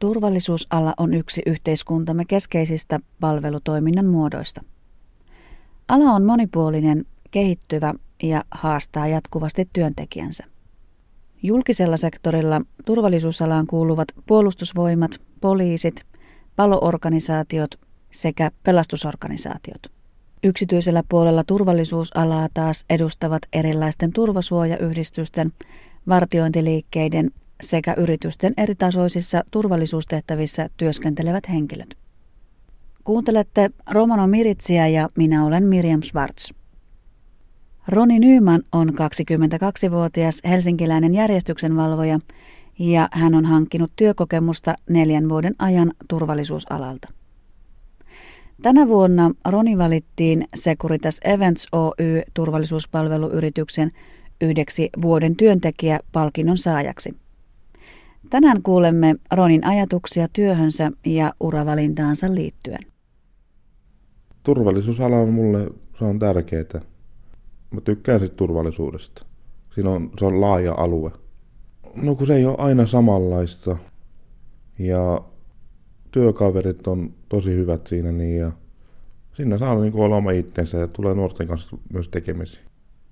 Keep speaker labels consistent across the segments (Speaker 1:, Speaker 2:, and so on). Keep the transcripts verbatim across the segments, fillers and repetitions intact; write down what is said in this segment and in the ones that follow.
Speaker 1: Turvallisuusala on yksi yhteiskuntamme keskeisistä palvelutoiminnan muodoista. Ala on monipuolinen, kehittyvä ja haastaa jatkuvasti työntekijänsä. Julkisella sektorilla turvallisuusalaan kuuluvat puolustusvoimat, poliisit, paloorganisaatiot sekä pelastusorganisaatiot. Yksityisellä puolella turvallisuusalaa taas edustavat erilaisten turvasuojayhdistysten, vartiointiliikkeiden sekä yritysten eritasoisissa turvallisuustehtävissä työskentelevät henkilöt. Kuuntelette Romano Miritsiä ja minä olen Miriam Schwartz. Roni Nyman on kaksikymmentäkaksivuotias helsinkiläinen järjestyksenvalvoja ja hän on hankkinut työkokemusta neljän vuoden ajan turvallisuusalalta. Tänä vuonna Roni valittiin Securitas Events Oy turvallisuuspalveluyrityksen yhdeksi vuoden työntekijä-palkinnon saajaksi. Tänään kuulemme Ronin ajatuksia työhönsä ja uravalintaansa liittyen.
Speaker 2: Turvallisuusala on mulle, se on tärkeää. Mä tykkään siitä turvallisuudesta. Siinä on, se on laaja alue. No kun se ei ole aina samanlaista. Ja työkaverit on tosi hyvät siinä niin ja siinä saa niin olla oma itsensä ja tulee nuorten kanssa myös tekemisiin.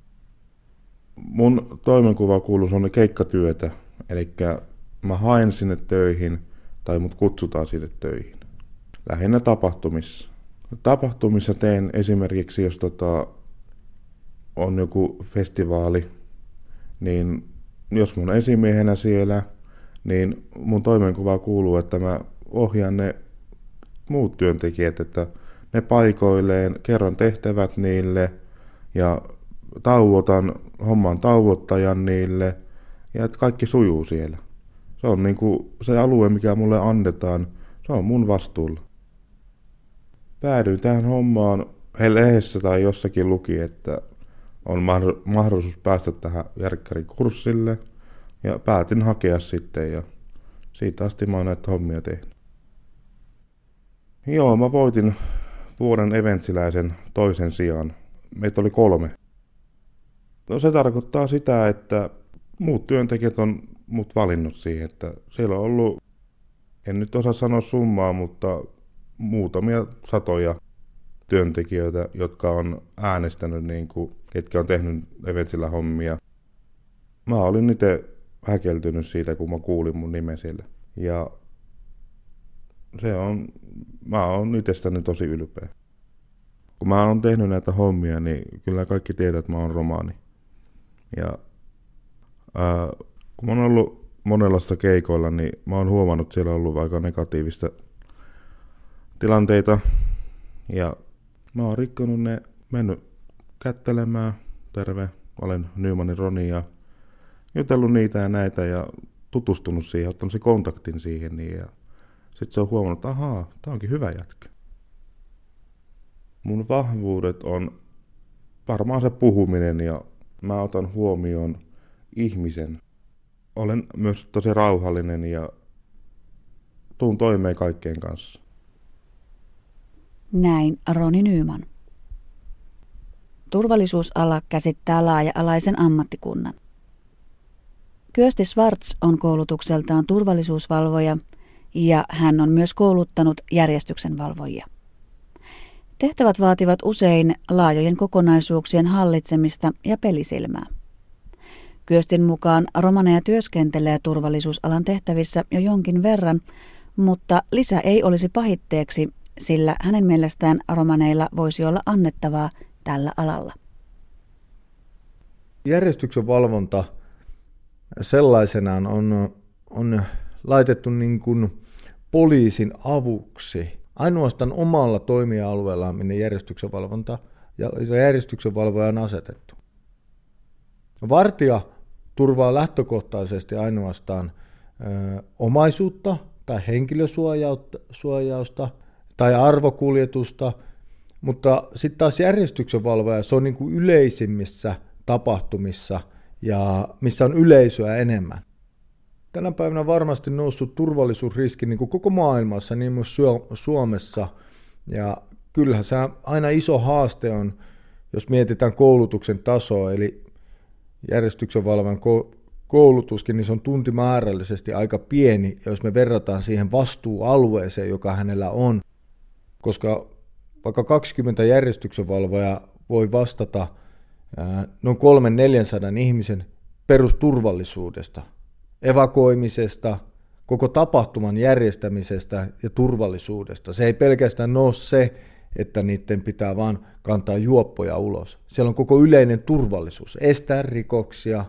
Speaker 2: Mun toimenkuva kuuluu on keikkatyötä, eli mä haen sinne töihin tai mut kutsutaan sinne töihin. Lähinnä tapahtumissa. Tapahtumissa teen esimerkiksi, jos tota, on joku festivaali, niin jos mun esimiehenä siellä, niin mun toimenkuva kuuluu, että mä ohjaan ne muut työntekijät, että ne paikoilleen, kerron tehtävät niille ja tauotan, homman tauottajan niille ja että kaikki sujuu siellä. Se on niinku se alue, mikä mulle annetaan, se on mun vastuulla. Päädyin tähän hommaan, lehdessä tai jossakin luki, että on mahdollisuus päästä tähän järkkärikurssille ja päätin hakea sitten ja siitä asti mä oon näitä hommia tehnyt. Joo, mä voitin vuoden eventsiläisen toisen sijaan. Meitä oli kolme. No se tarkoittaa sitä, että muut työntekijät on mut valinnut siihen, että siellä on ollut, en nyt osaa sanoa summaa, mutta muutamia satoja työntekijöitä, jotka on äänestänyt, niin kuin, ketkä on tehnyt eventsillä hommia. Mä olin itse häkeltynyt siitä, kun mä kuulin mun nimen siellä. Ja se on, mä oon itsestäni tosi ylpeä. Kun mä oon tehnyt näitä hommia, niin kyllä kaikki tietää, että mä oon romaani. Ja ää, kun mä oon ollut monenlaista keikoilla, niin mä oon huomannut, että siellä on ollut aika negatiivista tilanteita. Ja mä oon rikkonut ne, mennyt kättelemään, terve, olen Nymanin Roni ja jutellut niitä ja näitä ja tutustunut siihen, ottanut se kontaktin siihen niin ja sitten se on huomannut, että ahaa, tää onkin hyvä jätkä. Mun vahvuudet on varmaan se puhuminen ja mä otan huomioon ihmisen. Olen myös tosi rauhallinen ja tuun toimeen kaikkien kanssa.
Speaker 1: Näin Roni Nyman. Turvallisuusala käsittää laaja-alaisen ammattikunnan. Kyösti Schwartz on koulutukseltaan turvallisuusvalvoja ja hän on myös kouluttanut järjestyksenvalvojia. Tehtävät vaativat usein laajojen kokonaisuuksien hallitsemista ja pelisilmää. Kyöstin mukaan romaneja työskentelee turvallisuusalan tehtävissä jo jonkin verran, mutta lisä ei olisi pahitteeksi, sillä hänen mielestään romaneilla voisi olla annettavaa tällä alalla.
Speaker 3: Järjestyksen valvonta sellaisenaan on, on laitettu niin kuin poliisin avuksi. Ainoastaan omalla toimialueellaan, minne järjestyksen valvonta ja järjestyksen valvoja on asetettu. Vartija turvaa lähtökohtaisesti ainoastaan ö, omaisuutta tai henkilösuojausta tai arvokuljetusta, mutta sitten taas järjestyksen valvoja, se on niin kuin yleisimmissä tapahtumissa ja missä on yleisöä enemmän. Tänä päivänä varmasti noussut turvallisuusriski niin kuin koko maailmassa, niin myös Suomessa. Ja kyllähän se aina iso haaste on, jos mietitään koulutuksen tasoa, eli järjestyksenvalvojan koulutuskin, niin se on tuntimäärällisesti aika pieni, jos me verrataan siihen vastuualueeseen, joka hänellä on. Koska vaikka kaksikymmentä järjestyksenvalvojaa voi vastata ää, noin kolmen neljänsadan ihmisen perusturvallisuudesta, evakuoimisesta, koko tapahtuman järjestämisestä ja turvallisuudesta. Se ei pelkästään ole se, että niiden pitää vaan kantaa juoppoja ulos. Siellä on koko yleinen turvallisuus, estää rikoksia,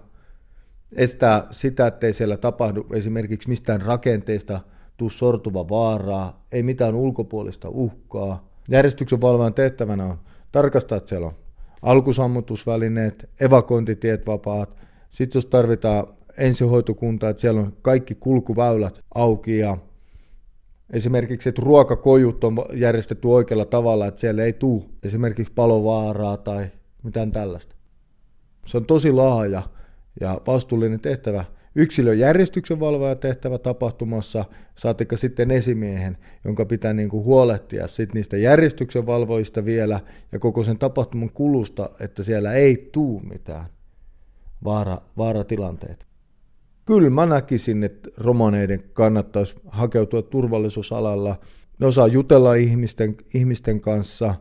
Speaker 3: estää sitä, ettei siellä tapahdu esimerkiksi mistään rakenteista tuu sortuva vaaraa, ei mitään ulkopuolista uhkaa. Järjestyksenvalvojan tehtävänä on tarkastaa, että siellä on alkusammutusvälineet, evakuointitiet vapaat. Sitten jos tarvitaan ensihoitokuntaa, että siellä on kaikki kulkuväylät auki ja esimerkiksi, että ruokakojut on järjestetty oikealla tavalla, että siellä ei tule esimerkiksi palovaaraa tai mitään tällaista. Se on tosi laaja ja vastuullinen tehtävä. Yksilön järjestyksenvalvoja tehtävä tapahtumassa, saatikka sitten esimiehen, jonka pitää niinku huolehtia sit niistä järjestyksenvalvojista vielä ja koko sen tapahtuman kulusta, että siellä ei tule mitään vaara, vaaratilanteita. Kyllä mä näkisin, että romaneiden kannattaisi hakeutua turvallisuusalalla. Ne osaa jutella ihmisten, ihmisten kanssa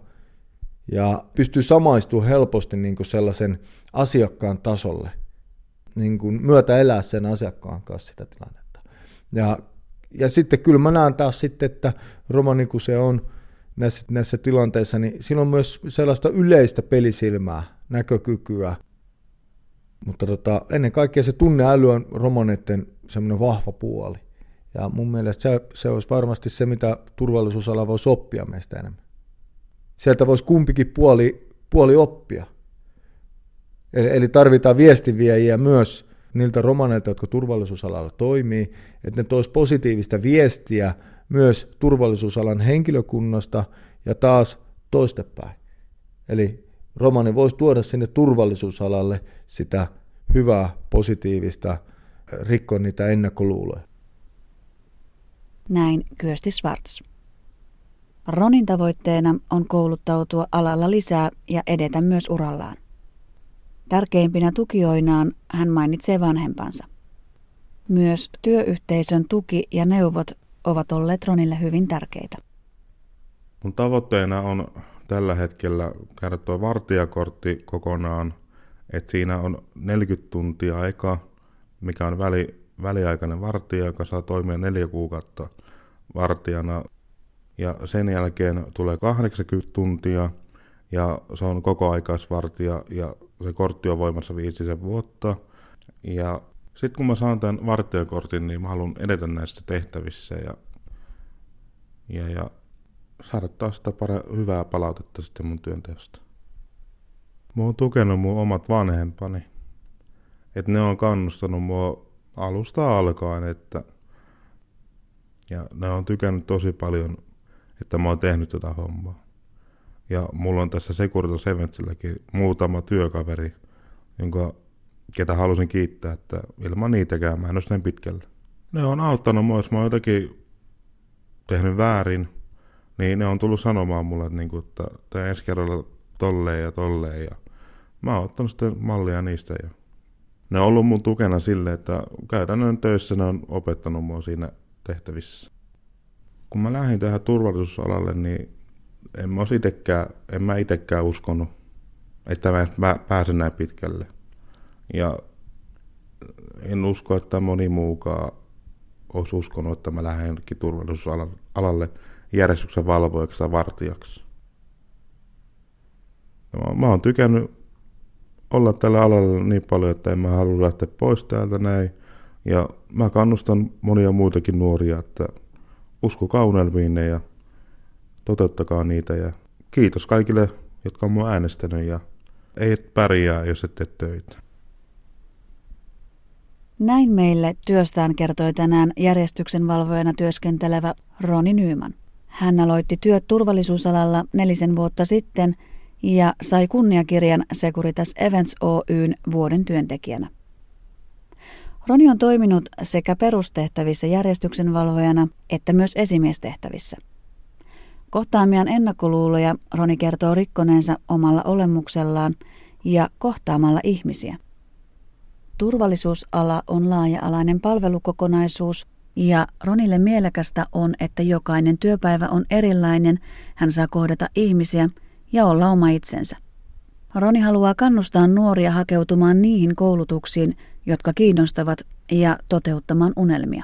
Speaker 3: ja pystyy samaistumaan helposti niin kuin sellaisen asiakkaan tasolle. Niin kuin myötä elää sen asiakkaan kanssa sitä tilannetta. Ja, ja sitten kyllä mä näen taas sitten, että romani kun se on näissä, näissä tilanteissa, niin siinä on myös sellaista yleistä pelisilmää, näkökykyä. Mutta tota, ennen kaikkea se tunneäly on romaneiden semmoinen vahva puoli. Ja mun mielestä se, se olisi varmasti se, mitä turvallisuusala voisi oppia meistä enemmän. Sieltä voisi kumpikin puoli, puoli oppia. Eli, eli tarvitaan viestinviejiä myös niiltä romaneilta, jotka turvallisuusalalla toimii, että ne toisi positiivista viestiä myös turvallisuusalan henkilökunnasta ja taas toistepäin. Eli romani voisi tuoda sinne turvallisuusalalle sitä hyvää, positiivista, rikkoa niitä ennakkoluuloja.
Speaker 1: Näin Kyösti Schwarz. Ronin tavoitteena on kouluttautua alalla lisää ja edetä myös urallaan. Tärkeimpinä tukijoinaan hän mainitsee vanhempansa. Myös työyhteisön tuki ja neuvot ovat olleet Ronille hyvin tärkeitä.
Speaker 2: Mun tavoitteena on tällä hetkellä käydä tuo vartijakortti kokonaan, että siinä on neljäkymmentä tuntia aikaa, mikä on väli, väliaikainen vartija, joka saa toimia neljä kuukautta vartijana. Ja sen jälkeen tulee kahdeksankymmentä tuntia ja se on kokoaikaisvartija ja se kortti on voimassa viisisen vuotta. Ja sitten kun mä saan tämän vartijakortin, niin mä haluan edetä näissä tehtävissä ja, ja, ja saada taas sitä para- hyvää palautetta sitten mun työnteosta. Mä oon tukenut mun omat vanhempani, että ne on kannustanut mua alusta alkaen, että ja ne on tykännyt tosi paljon, että mä oon tehnyt tätä hommaa. Ja mulla on tässä Securitas Eventsilläkin muutama työkaveri, jonka, ketä halusin kiittää, että ilman niitäkään mä en olisi näin pitkällä. Ne on auttanut mua, jos mä oon jotakin tehnyt väärin, niin ne on tullut sanomaan mulle, että, niin että tää ensi kerralla tolleen ja tolleen. Ja mä oon ottanut sitten mallia niistä. Ja ne on ollut mun tukena sille, että käytännön töissä ne on opettanut mua siinä tehtävissä. Kun mä lähdin tähän turvallisuusalalle, niin en mä itekään, en mä itekään uskonut, että mä pääsen näin pitkälle. Ja en usko, että moni muukaan olisi uskonut, että mä lähdenkin turvallisuusalalle järjestyksen valvojaksi tai vartijaksi. Mä, mä oon tykännyt olla tällä alalla niin paljon, että en mä halua lähteä pois täältä näin. Ja mä kannustan monia muitakin nuoria, että uskokaa unelmiinne ja toteuttakaa niitä. Ja kiitos kaikille, jotka on mua äänestänyt ja ei et pärjää, jos et tee töitä.
Speaker 1: Näin meille työstään kertoi tänään järjestyksenvalvojana työskentelevä Roni Nyman. Hän aloitti työt turvallisuusalalla nelisen vuotta sitten ja sai kunniakirjan Securitas Events Oy:n vuoden työntekijänä. Roni on toiminut sekä perustehtävissä järjestyksenvalvojana että myös esimiestehtävissä. Kohtaamiaan ennakkoluuloja Roni kertoo rikkoneensa omalla olemuksellaan ja kohtaamalla ihmisiä. turvallisuusala on laaja-alainen palvelukokonaisuus ja Ronille mielekästä on, että jokainen työpäivä on erilainen, hän saa kohdata ihmisiä ja olla oma itsensä. Roni haluaa kannustaa nuoria hakeutumaan niihin koulutuksiin, jotka kiinnostavat ja toteuttamaan unelmia.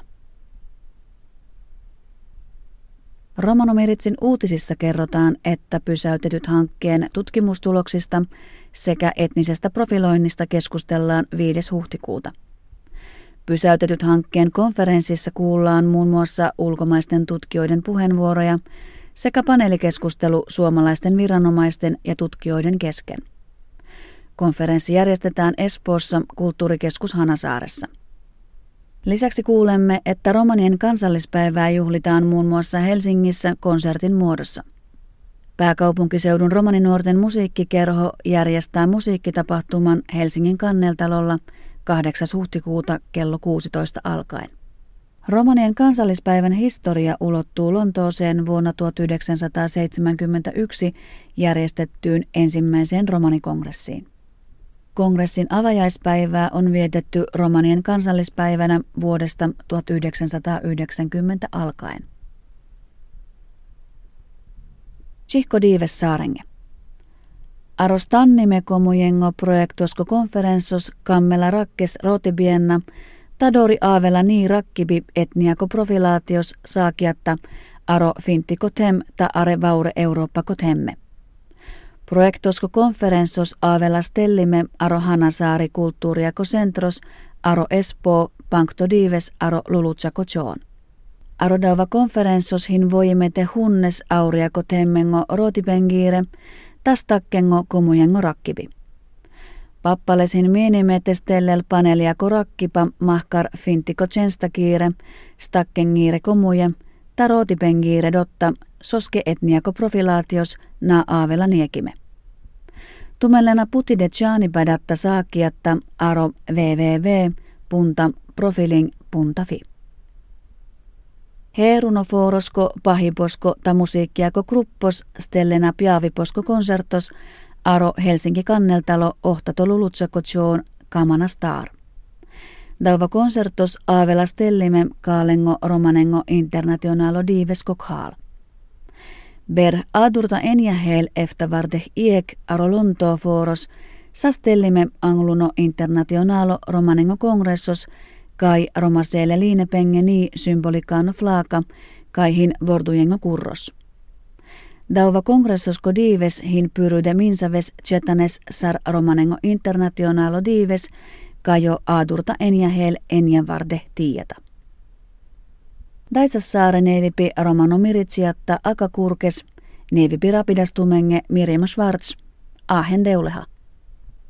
Speaker 1: Romano-Miritsin uutisissa kerrotaan, että Pysäytetyt hankkeen tutkimustuloksista sekä etnisestä profiloinnista keskustellaan viides huhtikuuta. Pysäytetyt hankkeen konferenssissa kuullaan muun muassa ulkomaisten tutkijoiden puheenvuoroja sekä paneelikeskustelu suomalaisten viranomaisten ja tutkijoiden kesken. Konferenssi järjestetään Espoossa Kulttuurikeskus Hanasaaressa. Lisäksi kuulemme, että romanien kansallispäivää juhlitaan muun muassa Helsingissä konsertin muodossa. Pääkaupunkiseudun romaninuorten musiikkikerho järjestää musiikkitapahtuman Helsingin Kanneltalolla kahdeksas huhtikuuta kello kuusitoista alkaen. Romanien kansallispäivän historia ulottuu Lontooseen vuonna tuhatyhdeksänsataaseitsemänkymmentäyksi järjestettyyn ensimmäiseen romanikongressiin. Kongressin avajaispäivää on vietetty romanien kansallispäivänä vuodesta tuhatyhdeksänsataayhdeksänkymmentä alkaen. Chihko Dives Saarenge. Aros tannime komujengo projektosko konferenssos kammela rakkes rotibienna tadori aavela nii rakkibi etniako profilaatios saakiatta aro finttikotem ta are vaure Eurooppa-kotemme. Projektosko konferenssos aavela stellime aro Hanasaari kulttuuriako centros aro Espoo pankto dives aro lulutsako joon. Aro dauva konferenssos hin voimete hunnes auriako temmengo rotipengiire tastakkengo komujengo rakkibi. Pappalesin mienimetestellel paneliako rakkipa mahkar finttiko tsenstakiire stakkengiire komuje ta rotipengiire dotta soske etniako profilaatios na aavela niekime. Tumellena putide jaanipadatta saakiatta aro www piste profiling piste fi. Heerunoforosko pahiposko ta musiikkiako gruppos stellena piaviposko konsertos aro Helsinki Kanneltalo ohtato lulutsako joon kamana star. Dauva konsertos aavela stellime kaalengo romanengo internationalo dives kokhaal. Ber adurta enjähel efter varde iek aro Lontoo foros sastellime angluno internationalo romanengo kongressos kai romaseele liinepenge nii symbolikaano flaaka kai hin vordujengo kurros. Dauva kongressosko dives hin pyryde minsaves tjetanes sar romanengo internationalo dives kajo adurta enjähel enjävarde tiiata. Daisassaare neivipi Romano-Miritsiatta aka kurkes, neivipi rapidastumenge Mirjam Schwarz, ahen deuleha.